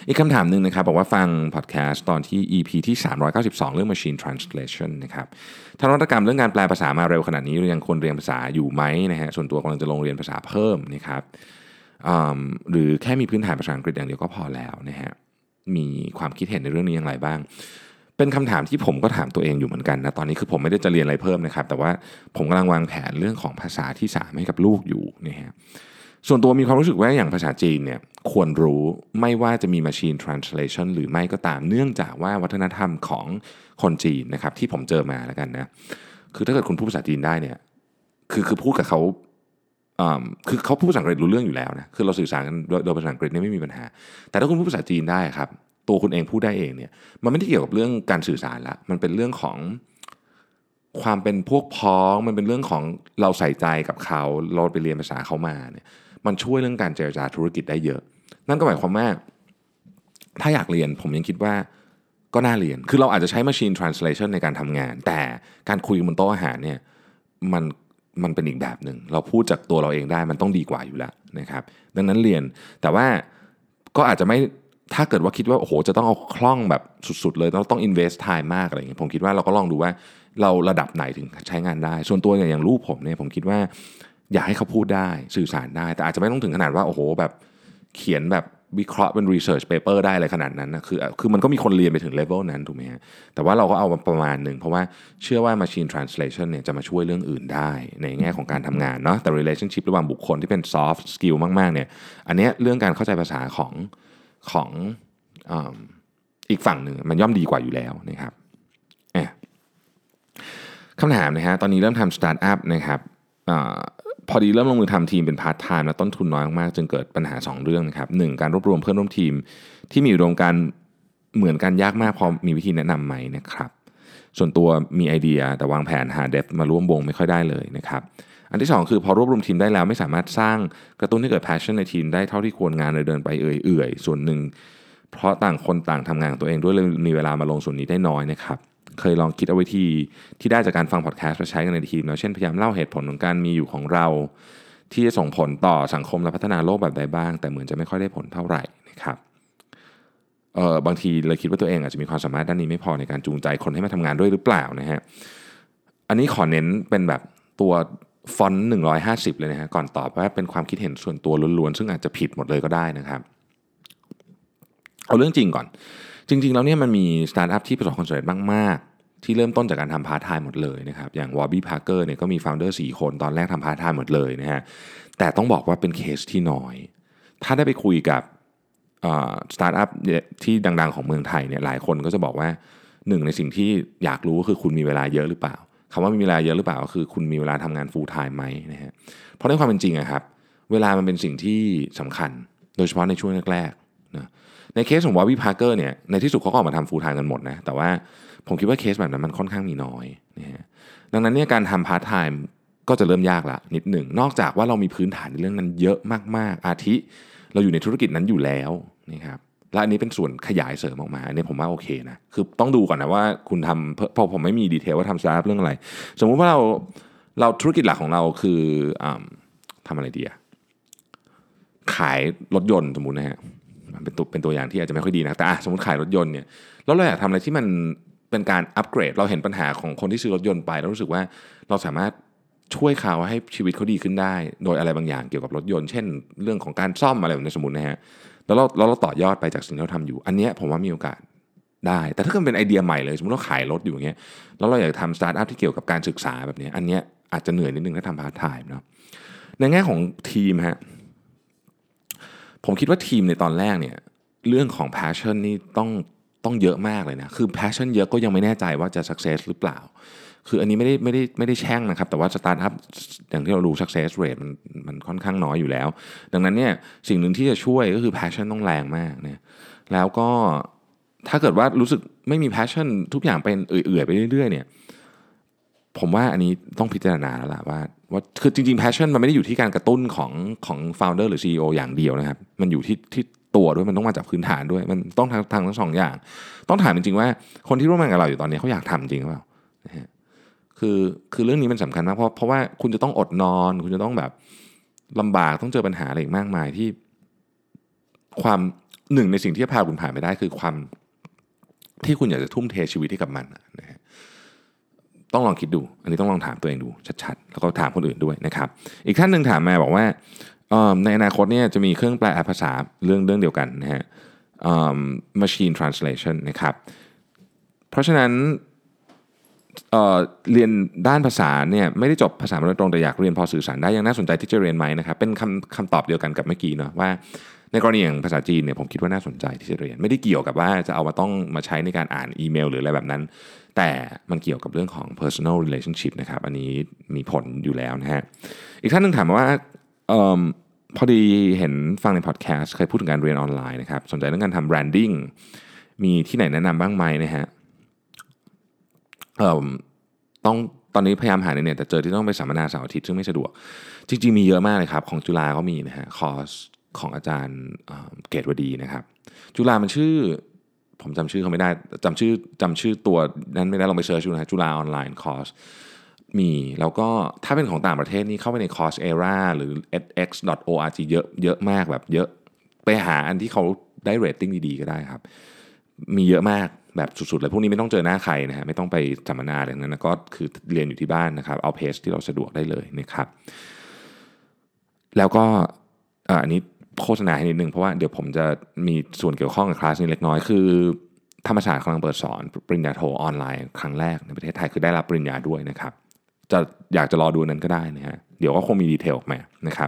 อีกคำถามหนึ่งนะครับบอกว่าฟังพอดแคสต์ตอนที่ EP ที่392เรื่อง Machine Translation นะครับถ้านวัตกรรมเรื่องการแปลภาษามาเร็วขนาดนี้เรายังควรเรียนภาษาอยู่ไหมนะฮะส่วนตัวกำลังจะลงเรียนภาษาเพิ่มนะครับหรือแค่มีพื้นฐานภาษาอังกฤษอย่างเดียวก็พอแล้วนะฮะมีความคิดเห็นในเรื่องนี้อย่างไรบ้างเป็นคำถามที่ผมก็ถามตัวเองอยู่เหมือนกันนะตอนนี้คือผมไม่ได้จะเรียนอะไรเพิ่มนะครับแต่ว่าผมกำลังวางแผนเรื่องของภาษาที่3ให้กับลูกอยู่นะฮะส่วนตัวมีความรู้สึกว่าอย่างภาษาจีนเนี่ยควรรู้ไม่ว่าจะมี machine translation หรือไม่ก็ตามเนื่องจากว่าวัฒนธรรมของคนจีนนะครับที่ผมเจอมาแล้วกันนะคือถ้าเกิดคุณพูดภาษาจีนได้เนี่ยคือพูดกับเขาคือเขาพูดภาษาอังกฤษรู้เรื่องอยู่แล้วนะคือเราสื่อสารกันโดยภาษาอังกฤษเนี่ยไม่มีปัญหาแต่ถ้าคุณพูดภาษาจีนได้ครับตัวคุณเองพูดได้เองเนี่ยมันไม่ได้เกี่ยวกับเรื่องการสื่อสารละมันเป็นเรื่องของความเป็นพวกพ้องมันเป็นเรื่องของเราใส่ใจกับเขาเราไปเรียนภาษาเขามาเนี่ยมันช่วยเรื่องการเจรจาธุรกิจได้เยอะนั่นก็หมายความว่าถ้าอยากเรียนผมยังคิดว่าก็น่าเรียนคือเราอาจจะใช้ machine translation ในการทำงานแต่การคุยบนโต๊ะอาหารเนี่ยมันเป็นอีกแบบหนึ่งเราพูดจากตัวเราเองได้มันต้องดีกว่าอยู่แล้วนะครับดังนั้นเรียนแต่ว่าก็อาจจะไม่ถ้าเกิดว่าคิดว่าโอ้โหจะต้องเอาคล่องแบบสุดๆเลยต้อง invest time มากอะไรอย่างเงี้ยผมคิดว่าเราก็ลองดูว่าเราระดับไหนถึงใช้งานได้ส่วนตัวอย่างลูกผมเนี่ยผมคิดว่าอยากให้เขาพูดได้สื่อสารได้แต่อาจจะไม่ต้องถึงขนาดว่าโอ้โหแบบเขียนแบบวิเคราะห์เป็น research paper ได้อะไรขนาดนั้นนะคือมันก็มีคนเรียนไปถึง level นั้นถูกไหมฮะแต่ว่าเราก็เอาประมาณหนึ่งเพราะว่าเชื่อว่า machine translation เนี่ยจะมาช่วยเรื่องอื่นได้ในแง่ของการทำงานเนาะแต่ relationship ระหว่างบุคคลที่เป็น soft skill มากๆเนี่ยอันเนี้ยเรื่องการเข้าใจภาษาของอีกฝั่งหนึ่งมันย่อมดีกว่าอยู่แล้วนะครับคำถามนะฮะตอนนี้เริ่มทำสตาร์ทอัพนะครับพอดีเริ่มลงมือทำทีมเป็นพาร์ทไทม์และต้นทุนน้อยมากๆจึงเกิดปัญหา2เรื่องนะครับ1การรวบรวมเพื่อนร่วมทีมที่มีอุดมการณ์เหมือนกันยากมากพอมีวิธีแนะนำไหมนะครับส่วนตัวมีไอเดียแต่วางแผนหาเดฟมาร่วมวงไม่ค่อยได้เลยนะครับอันที่2คือพอรวบรวมทีมได้แล้วไม่สามารถสร้างกระตุ้นให้เกิด passion ในทีมได้เท่าที่ควรงานเลยเดินไปเอื่อยๆส่วนหนึ่งเพราะต่างคนต่างทำงานของตัวเองด้วยเลยมีเวลามาลงส่วนนี้ได้น้อยนะครับเคยลองคิดเอาวิธีที่ได้จากการฟังพอดแคสต์มาใช้กันในทีมแล้วเช่นพยายามเล่าเหตุผลของการมีอยู่ของเราที่จะส่งผลต่อสังคมและพัฒนาโลกแบบใดบ้างแต่เหมือนจะไม่ค่อยได้ผลเท่าไหร่นะครับบางทีเลยคิดว่าตัวเองอาจจะมีความสามารถด้านนี้ไม่พอในการจูงใจคนให้มาทำงานด้วยหรือเปล่านะฮะอันนี้ขอเน้นเป็นแบบตัวฟอนต์150เลยนะฮะก่อนตอบว่าเป็นความคิดเห็นส่วนตัวล้วนๆซึ่งอาจจะผิดหมดเลยก็ได้นะครับเอาเรื่องจริงก่อนจริงๆแล้วเนี่ยมันมีสตาร์ทอัพที่ประสบความสำเร็จมากๆที่เริ่มต้นจากการทำพาร์ทไทม์หมดเลยนะครับอย่าง Warby Parker เนี่ยก็มีฟาวเดอร์4คนตอนแรกทำพาร์ทไทม์หมดเลยนะฮะแต่ต้องบอกว่าเป็นเคสที่น้อยถ้าได้ไปคุยกับสตาร์ทอัพที่ดังๆของเมืองไทยเนี่ยหลายคนก็จะบอกว่าหนึ่งในสิ่งที่อยากรู้ก็คือคุณมีเวลาเยอะหรือเปล่าคำว่ามีเวลาเยอะหรือเปล่าก็คือคุณมีเวลาทำงาน full time ไหมนะฮะเพราะในความเป็นจริงอะครับเวลามันเป็นสิ่งที่สำคัญโดยเฉพาะในช่วงแรกๆนะในเคสของ Warby Parker เนี่ยในที่สุดเขาก็ออกมาทำ full time กันหมดนะแต่ว่าผมคิดว่าเคสแบบนั้นมันค่อนข้างมีน้อยนะฮะดังนั้นเนี่ยการทำ part time ก็จะเริ่มยากละนิดหนึ่งนอกจากว่าเรามีพื้นฐานในเรื่องนั้นเยอะมากๆอาทิเราอยู่ในธุรกิจนั้นอยู่แล้วนะครับและอันนี้เป็นส่วนขยายเสริมออกมาอันนี้ผมว่าโอเคนะคือต้องดูก่อนนะว่าคุณทำเพราะผมไม่มีดีเทลว่าทำสตาร์ทอัพเรื่องอะไรสมมุติว่าเราธุรกิจหลักของเราคือทำอะไรดีอะขายรถยนต์สมมุตินะฮะเป็นตัวอย่างที่อาจจะไม่ค่อยดีนะแต่สมมติขายรถยนต์เนี่ยแล้วเราอยากทำอะไรที่มันเป็นการอัปเกรดเราเห็นปัญหาของคนที่ซื้อรถยนต์ไปแล้วรู้สึกว่าเราสามารถช่วยเขาให้ชีวิตเขาดีขึ้นได้โดยอะไรบางอย่างเกี่ยวกับรถยนต์เช่นเรื่องของการซ่อมอะไรแบบนี้สมมุตินะฮะแล้วเราต่อยอดไปจากสิ่งที่เราทำอยู่อันนี้ผมว่ามีโอกาสได้แต่ถ้าเกิดเป็นไอเดียใหม่เลยสมมติเราขายรถอยู่อย่างเงี้ยแล้วเราอยากทำสตาร์ทอัพที่เกี่ยวกับการศึกษาแบบนี้อันนี้อาจจะเหนื่อยนิดนึงถ้าทำพาร์ทไทม์เนาะในแง่ของทีมฮะผมคิดว่าทีมในตอนแรกเนี่ยเรื่องของ passion นี่ต้องเยอะมากเลยนะคือ passion เยอะก็ยังไม่แน่ใจว่าจะ success หรือเปล่าคืออันนี้ไม่ได้แช่งนะครับแต่ว่าสตาร์ทอัพอย่างที่เรารู้ success rate มันค่อนข้างน้อยอยู่แล้วดังนั้นเนี่ยสิ่งหนึ่งที่จะช่วยก็คือ passion ต้องแรงมากนะแล้วก็ถ้าเกิดว่ารู้สึกไม่มี passion ทุกอย่างเป็นเอื่อยๆไปเรื่อยๆเนี่ยผมว่าอันนี้ต้องพิจารณาแล้วล่ะว่าคือจริงๆ passion มันไม่ได้อยู่ที่การกระตุ้นของ founder หรือ CEO อย่างเดียวนะครับมันอยู่ที่ตัวด้วยมันต้องมาจากพื้นฐานด้วยมันต้องทั้งสองอย่างต้องถามจริงๆว่าคนที่ร่วมงานกับเราอยู่ตอนนี้เขาอยากทำจริงหรือเปล่าคือเรื่องนี้มันสำคัญมากเพราะว่าคุณจะต้องอดนอนคุณจะต้องแบบลำบากต้องเจอปัญหาอะไรอีกมากมายที่ความหนึ่งในสิ่งที่จะพาคุณผ่านไปได้คือความที่คุณอยากจะทุ่มเทชีวิตให้กับมันนะฮะต้องลองคิดดูอันนี้ต้องลองถามตัวเองดูชัดๆแล้วก็ถามคนอื่นด้วยนะครับอีกท่านหนึ่งถามมาบอกว่าในอนาคตเนี่ยจะมีเครื่องแปลภาษาเรื่องเดียวกันนะฮะmachine translation นะครับเพราะฉะนั้นเรียนด้านภาษาเนี่ยไม่ได้จบภาษาโดยตรงแต่อยากเรียนพอสื่อสารได้ยังน่าสนใจที่จะเรียนไหมนะครับเป็นคำตอบเดียวกันกับเมื่อกี้เนาะว่าในกรณีอย่างภาษาจีนเนี่ยผมคิดว่าน่าสนใจที่จะเรียนไม่ได้เกี่ยวกับว่าจะเอาต้องมาใช้ในการอ่านอีเมลหรืออะไรแบบนั้นแต่มันเกี่ยวกับเรื่องของ personal relationship นะครับอันนี้มีผลอยู่แล้วนะฮะอีกท่านนึงถามว่าพอดีเห็นฟังในพอดแคสต์เคยพูดถึงการเรียนออนไลน์นะครับสนใจเรื่องการทำ branding มีที่ไหนแนะนำบ้างไหมนะฮะต้องตอนนี้พยายามหาในเน็ตแต่เจอที่ต้องไปสัมมนาเสาร์อาทิตย์ซึ่งไม่สะดวกจริงๆมีเยอะมากเลยครับของจุฬาก็มีนะฮะคอร์สของอาจารย์เกตวดีนะครับจุฬามันชื่อผมจำชื่อเขาไม่ได้จำชื่อตัวนั้นไม่ได้ลองไปเสิร์ชดูนะจุฬาออนไลน์คอร์สมีแล้วก็ถ้าเป็นของต่างประเทศนี่เข้าไปในคอร์ส ERA หรือ edx.org เยอะมากแบบเยอะไปหาอันที่เขาได้เรตติ้งดีๆก็ได้ครับมีเยอะมากแบบสุดๆเลยพวกนี้ไม่ต้องเจอหน้าใครนะฮะไม่ต้องไปสัมมนาอะไรนั้นนะก็คือเรียนอยู่ที่บ้านนะครับเอาเพจที่เราสะดวกได้เลยนะครับแล้วก็อันนี้โฆษณาให้นิดนึงเพราะว่าเดี๋ยวผมจะมีส่วนเกี่ยวข้องกับคลาสนี้เล็กน้อยคือธรรมศาสตร์กำลังเปิดสอนปริญญาโทออนไลน์ครั้งแรกในประเทศไทยคือได้รับปริญญาด้วยนะครับอยากจะรอดูนั้นก็ได้นะฮะเดี๋ยวก็คงมีดีเทลออกมานะครับ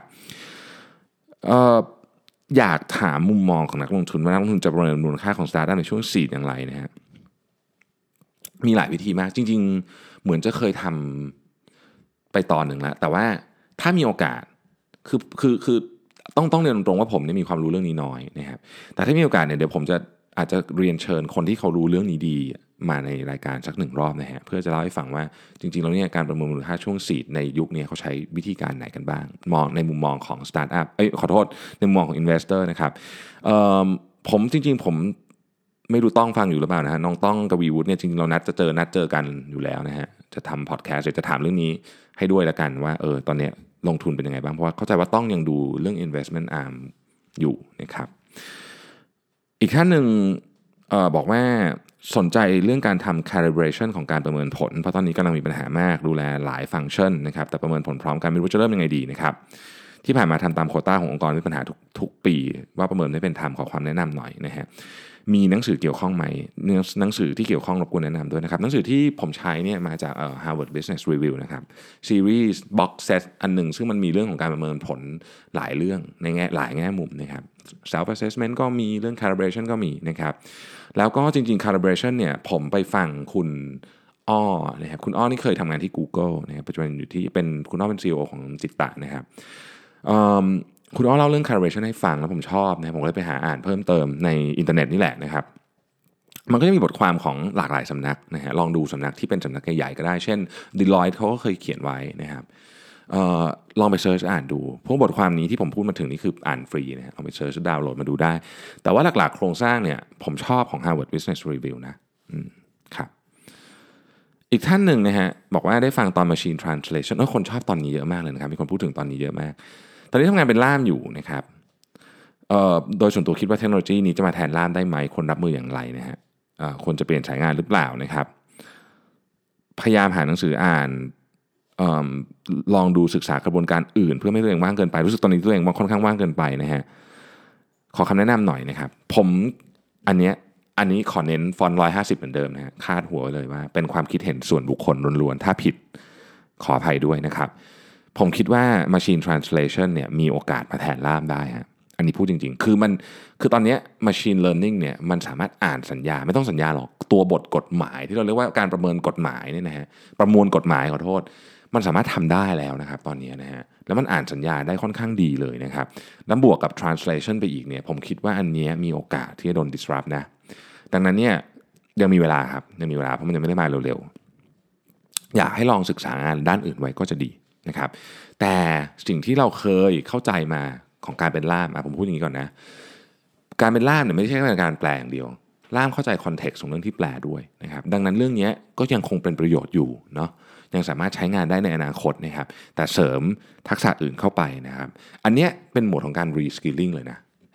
อยากถามมุมมองของนักลงทุนว่านักลงทุนจะประเมินมูลค่าของสตาร์ทอัพในช่วงซีดอย่างไรนะฮะมีหลายวิธีมากจริงๆเหมือนจะเคยทำไปตอนหนึ่งแล้วแต่ว่าถ้ามีโอกาสคือต้องเรียนตรงๆว่าผมเนี่ยมีความรู้เรื่องนี้น้อยนะครับแต่ถ้ามีโอกาสเนี่ยเดี๋ยวผมจะอาจจะเรียนเชิญคนที่เขารู้เรื่องนี้ดีมาในรายการสัก1 รอบนะฮะเพื่อจะเล่าให้ฟังว่าจริงๆแล้วเนี่ยการประเมินมูลค่าช่วงซีดในยุคนี้เขาใช้วิธีการไหนกันบ้างมองในมุมมองของสตาร์ทอัพขอโทษในมุมมองของอินเวสเตอร์นะครับผมจริงๆผมไม่รู้ต้องฟังอยู่หรือเปล่านะฮะน้องต้องกวีวุฒิเนี่ยจริงๆเรานัดเจอกันอยู่แล้วนะฮะจะทำพอดแคสต์จะถามเรื่องนี้ให้ด้วยละกันว่าตอนนี้ลงทุนเป็นยังไงบ้างเพราะว่าเข้าใจว่าต้องยังดูเรื่อง investment arm อยู่นะครับอีกท่านหนึ่งบอกว่าสนใจเรื่องการทำ calibration ของการประเมินผลเพราะตอนนี้กำลังมีปัญหามากดูแลหลายฟังก์ชันนะครับแต่ประเมินผลพร้อมกันไม่รู้จะเริ่มยังไงดีนะครับที่ผ่านมาทำตามโควต้าขององค์กรมีปัญหาทุกปีว่าประเมินไม่เป็นธรรมขอความแนะนำหน่อยนะฮะมีหนังสือเกี่ยวข้องไหมหนังสือที่เกี่ยวข้องรบกวนแนะนำด้วยนะครับหนังสือที่ผมใช้เนี่ยมาจากHarvard Business Review นะครับซีรีส์ box set อันหนึ่งซึ่งมันมีเรื่องของการประเมินผลหลายเรื่องในหลายแง่มุมนะครับ self assessment ก็มีเรื่อง calibration ก็มีนะครับแล้วก็จริงๆ calibration เนี่ยผมไปฟังคุณอ้อนะครับคุณอ้อนี่เคยทำงานที่ Google นะครับปัจจุบันอยู่ที่คุณอ้อเป็น CEO ของจิตตะนะครับคุณอ้อเล่าเรื่อง calibration ให้ฟังแล้วผมชอบนะผมเลยไปหาอ่านเพิ่มเติมในอินเทอร์เน็ตนี่แหละนะครับมันก็จะมีบทความของหลากหลายสำนักนะฮะลองดูสำนักที่เป็นสำนักใหญ่ๆก็ได้เช่น Deloitte เขาก็เคยเขียนไว้นะครับลองไปเซิร์ชอ่านดูพวกบทความนี้ที่ผมพูดมาถึงนี่คืออ่านฟรีนะลองไปเซิร์ชดาวน์โหลดมาดูได้แต่ว่าหลักๆโครงสร้างเนี่ยผมชอบของ Harvard Business Review นะครับอีกท่านหนึ่งนะฮะบอกว่าได้ฟังตอน Machine Translation คนชอบตอนนี้เยอะมากเลยนะครับมีคนพูดถึงตอนนี้เยอะมากตอนนี้ทำงานเป็นล่ามอยู่นะครับโดยส่วนตัวคิดว่าเทคโนโลยีนี้จะมาแทนล่ามได้ไหมคนรับมืออย่างไรนะฮะควรจะเปลี่ยนสายงานหรือเปล่านะครับพยายามหาหนังสืออ่านลองดูศึกษากระบวนการอื่นเพื่อไม่ให้ตัวเองว่างเกินไปรู้สึกตอนนี้ตัวเองค่อนข้างว่างเกินไปนะฮะขอคำแนะนำหน่อยนะครับผมอันนี้ขอเน้นฟอนต์150เหมือนเดิมนะฮะคาดหัวเลยว่าเป็นความคิดเห็นส่วนบุคคลล้วนๆถ้าผิดขออภัยด้วยนะครับผมคิดว่า machine translation เนี่ยมีโอกาสมาแทนล่ามได้ฮะอันนี้พูดจริงๆคือตอนนี้ machine learning เนี่ยมันสามารถอ่านสัญญาไม่ต้องสัญญาหรอกตัวบทกฎหมายที่เราเรียกว่าการประเมินกฎหมายเนี่ยนะฮะประมวลกฎหมายขอโทษมันสามารถทำได้แล้วนะครับตอนนี้นะฮะแล้วมันอ่านสัญญาได้ค่อนข้างดีเลยนะครับแล้วบวกกับ translation ไปอีกเนี่ยผมคิดว่าอันนี้มีโอกาสที่จะโดน disrupt นะดังนั้นเนี่ยยังมีเวลาครับยังมีเวลาเพราะมันยังไม่ได้มาเร็วๆอยากให้ลองศึกษางานด้านอื่นไว้ก็จะดีนะครับแต่สิ่งที่เราเคยเข้าใจมาของการเป็นล่ามผมพูดอย่างนี้ก่อนนะการเป็นล่ามเนี่ยไม่ใช่แค่การแปลอย่างเดียวล่ามเข้าใจคอนเท็กซ์ของเรื่องที่แปลด้วยนะครับดังนั้นเรื่องนี้ก็ยังคงเป็นประโยชน์อยู่เนาะยังสามารถใช้งานได้ในอนาคตนะครับแต่เสริมทักษะอื่นเข้าไปนะครับอันนี้เป็นโหมดของการ reskilling เลยนะ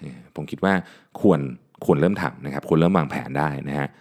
ผมคิดว่าควรเริ่มทำนะครับควรเริ่มวางแผนได้นะฮะ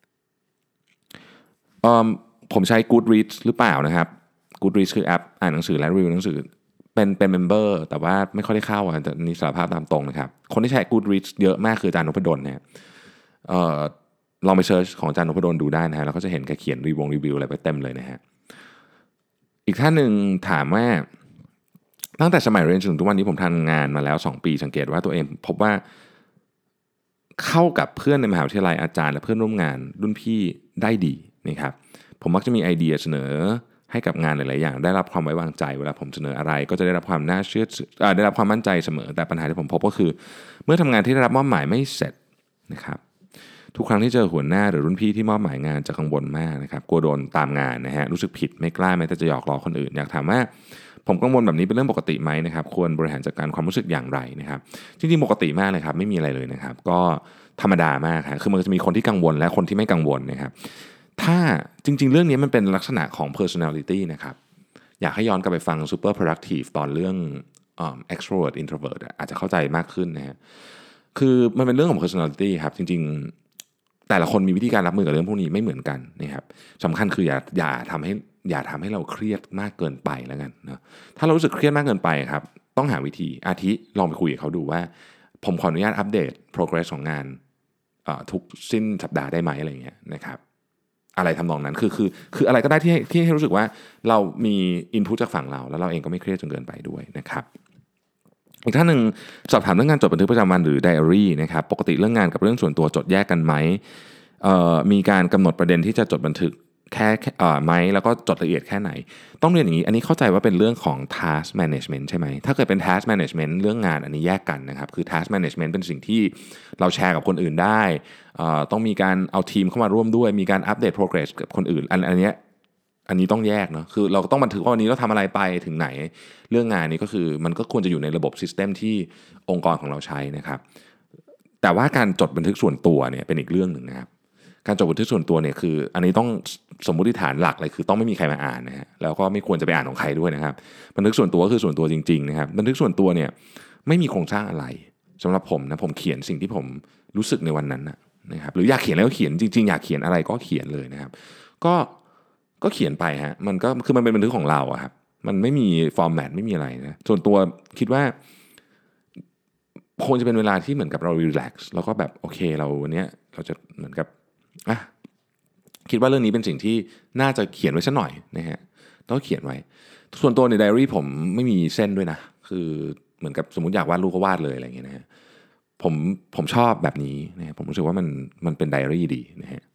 ผมใช้ Goodreads หรือเปล่านะครับ Goodreads คือแอปอ่านหนังสือและรีวิวหนังสือเป็นเมมเบอร์แต่ว่าไม่ค่อยได้เข้าแต่นี่สารภาพตามตรงนะครับคนที่ใช้ Goodreads เยอะมากคืออาจารย์นพดลนะลองไปเซิร์ชของอาจารย์นพดลดูได้นะฮะแล้วก็จะเห็นแกเขียนรีวิวอะไรไปเต็มเลยนะฮะอีกท่านหนึ่งถามว่าตั้งแต่สมัยเรียนจนถึงทุกวันนี้ผมทำงานมาแล้ว2ปีสังเกตว่าตัวเองพบว่าเข้ากับเพื่อนในมหาวิทยาลัยอาจารย์และเพื่อนร่วมงานรุ่นพี่ได้ดีนะครับผมมักจะมีไอเดียเสนอให้กับงานหลายๆอย่างได้รับความไว้วางใจเวลาผมเสนออะไรก็จะได้รับความน่าเชื่อได้รับความมั่นใจเสมอแต่ปัญหาที่ผมพบก็คือเมื่อทำงานที่ได้รับมอบหมายไม่เสร็จนะครับทุกครั้งที่เจอหัวหน้าหรือรุ่นพี่ที่มอบหมายงานจะกังวลมากนะครับกลัวโดนตามงานนะฮะรู้สึกผิดไม่กล้าแม้แต่จะหยอกล้อคนอื่นอยากถามว่าผมกังวลแบบนี้เป็นเรื่องปกติไหมนะครับควรบริหารจัดการความรู้สึกอย่างไรนะครับจริงๆปกติมากเลยครับไม่มีอะไรเลยนะครับก็ธรรมดามากครับคือมันจะมีคนที่กังวลและคนที่ไม่กังวลนะครับถ้าจริงๆเรื่องนี้มันเป็นลักษณะของ personality นะครับอยากให้ย้อนกลับไปฟัง super productive ตอนเรื่องextrovert introvert อาจจะเข้าใจมากขึ้นนะฮะคือมันเป็นเรื่องของ personality ครับจริงๆแต่ละคนมีวิธีการรับมือกับเรื่องพวกนี้ไม่เหมือนกันนะครับสำคัญคืออย่าทำให้เราเครียดมากเกินไปแล้วกันนะถ้าเรารู้สึกเครียดมากเกินไปครับต้องหาวิธีอาทิลองไปคุยกับเขาดูว่าผมขออนุญาตอัปเดต progress ของงานทุกสิ้นสัปดาห์ได้ไหมอะไรอย่างเงี้ยนะครับอะไรทำนองนั้นคืออะไรก็ได้ที่ให้รู้สึกว่าเรามีอินพุตจากฝั่งเราแล้วเราเองก็ไม่เครียดจนเกินไปด้วยนะครับอีกท่านหนึ่งสอบถามเรื่องการจดบันทึกประจำวันหรือไดอารี่นะครับปกติเรื่องงานกับเรื่องส่วนตัวจดแยกกันไหมมีการกำหนดประเด็นที่จะจดบันทึกแค่ไหมแล้วก็จดละเอียดแค่ไหนต้องเรียนอย่างนี้อันนี้เข้าใจว่าเป็นเรื่องของ task management ใช่ไหมถ้าเกิดเป็น task management เรื่องงานอันนี้แยกกันนะครับคือ task management เป็นสิ่งที่เราแชร์กับคนอื่นได้ต้องมีการเอาทีมเข้ามาร่วมด้วยมีการอัปเดต progress กับคนอื่นอันนี้ต้องแยกเนาะคือเราต้องบันทึกว่าวันนี้เราทำอะไรไปถึงไหนเรื่องงานนี้ก็คือมันก็ควรจะอยู่ในระบบ system ที่องค์กรของเราใช้นะครับแต่ว่าการจดบันทึกส่วนตัวเนี่ยเป็นอีกเรื่องหนึ่งนะครับการจดบันทึกส่วนตัวเนี่ยคืออันนี้ต้องสมมุติฐานหลักเลยคือต้องไม่มีใครมาอ่านนะฮะแล้วก็ไม่ควรจะไปอ่านของใครด้วยนะครับบันทึกส่วนตัวก็คือส่วนตัวจริงๆนะครับบันทึกส่วนตัวเนี่ยไม่มีโครงสร้างอะไรสำหรับผมนะผมเขียนสิ่งที่ผมรู้สึกในวันนั้นนะครับหรืออยากเขียนแล้วก็เขียนจริงๆอยากเขียนอะไรก็เขียนเลยนะครับก็เขียนไปฮะมันก็คือมันเป็นบันทึกของเราอะครับมันไม่มีฟอร์แมตไม่มีอะไรนะส่วนตัวคิดว่าคงจะเป็นเวลาที่เหมือนกับเรารีแลกซ์แล้วก็แบบโอเคเราวันนี้เราจะเหมือนกับคิดว่าเรื่องนี้เป็นสิ่งที่น่าจะเขียนไว้สักหน่อยนะฮะต้องเขียนไว้ส่วนตัวในไดอารี่ผมไม่มีเส้นด้วยนะคือเหมือนกับสมมุติอยากวาดรูปก็วาดเลยอะไรอย่างเงี้ยนะฮะผมชอบแบบนี้นะผมรู้สึกว่ามันเป็นไดอารี่ดีนะฮะ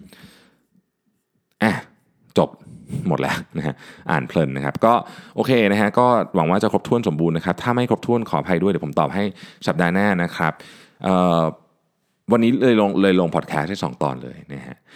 จบหมดแล้วนะฮะอ่านเพลินนะครับก็โอเคนะฮะก็หวังว่าจะครบถ้วนสมบูรณ์นะครับถ้าไม่ครบถ้วนขออภัยด้วยเดี๋ยวผมตอบให้สัปดาห์หน้านะครับวันนี้เลยลงพอดแคสต์ให้2 ตอนเลยนะฮะ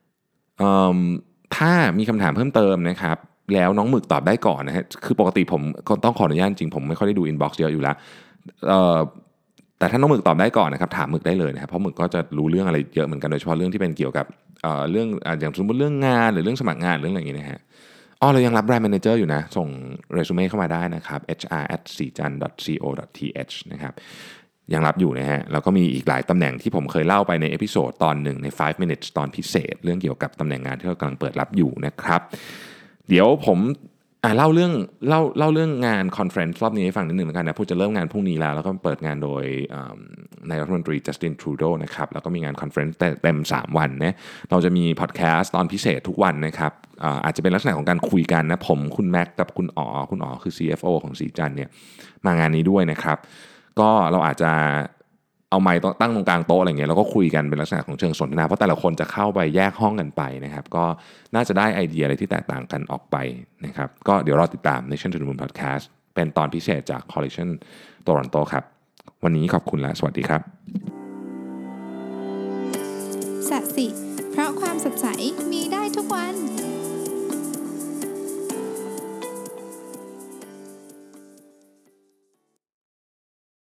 ถ้ามีคำถามเพิ่มเติมนะครับแล้วน้องหมึกตอบได้ก่อนนะฮะคือปกติผมก็ต้องขออนุญาตจริงผมไม่ค่อยได้ดูอินบ็อกซ์เยอะอยู่แล้วแต่ถ้าน้องหมึกตอบได้ก่อนนะครับถามหมึกได้เลยนะครับเพราะหมึกก็จะรู้เรื่องอะไรเยอะเหมือนกันโดยเฉพาะเรื่องที่เป็นเกี่ยวกับเรื่องอย่างสมมติเรื่องงานหรือเรื่องสมัครงานเรื่องอะไรอย่างเงี้ยนะฮะเรายังรับแบรนด์แมเนเจอร์อยู่นะส่งเรซูเม่เข้ามาได้นะครับ hr@sijan.co.th นะครับยังรับอยู่นะฮะแล้วก็มีอีกหลายตำแหน่งที่ผมเคยเล่าไปในเอพิโซดตอนหนึ่งใน5 minutes ตอนพิเศษเรื่องเกี่ยวกับตำแหน่งงานที่เรากำลังเปิดรับอยู่นะครับเดี๋ยวผมเล่าเรื่องงานคอนเฟรนซ์รอบนี้ให้ฟังนิดนึงแล้วกันนะพูดจะเริ่มงานพรุ่งนี้แล้วก็เปิดงานโดยนายรัฐมนตรีจัสตินทรูโดนะครับแล้วก็มีงานคอนเฟรนซ์เต็ม3 วันนะเราจะมีพอดแคสต์ตอนพิเศษทุกวันนะครับอาจจะเป็นลักษณะของการคุยกันนะผมคุณแม็กกับคุณอ๋อคือ CFO ของสีจันเนี่ยมางานนี้ด้วยนะครับก็เราอาจจะเอาไมค์ตั้งตรงกลางโต๊ะอะไรเงี้ยแล้วก็คุยกันเป็นลักษณะของเชิงสนทนาเพราะแต่ละคนจะเข้าไปแยกห้องกันไปนะครับก็น่าจะได้ไอเดียอะไรที่แตกต่างกันออกไปนะครับก็เดี๋ยวรอติดตาม Nation to the Moon Podcast เป็นตอนพิเศษจาก Collection Toronto ครับวันนี้ขอบคุณและสวัสดีครับ
สัสิเพราะความสดใสมีได้ทุกวัน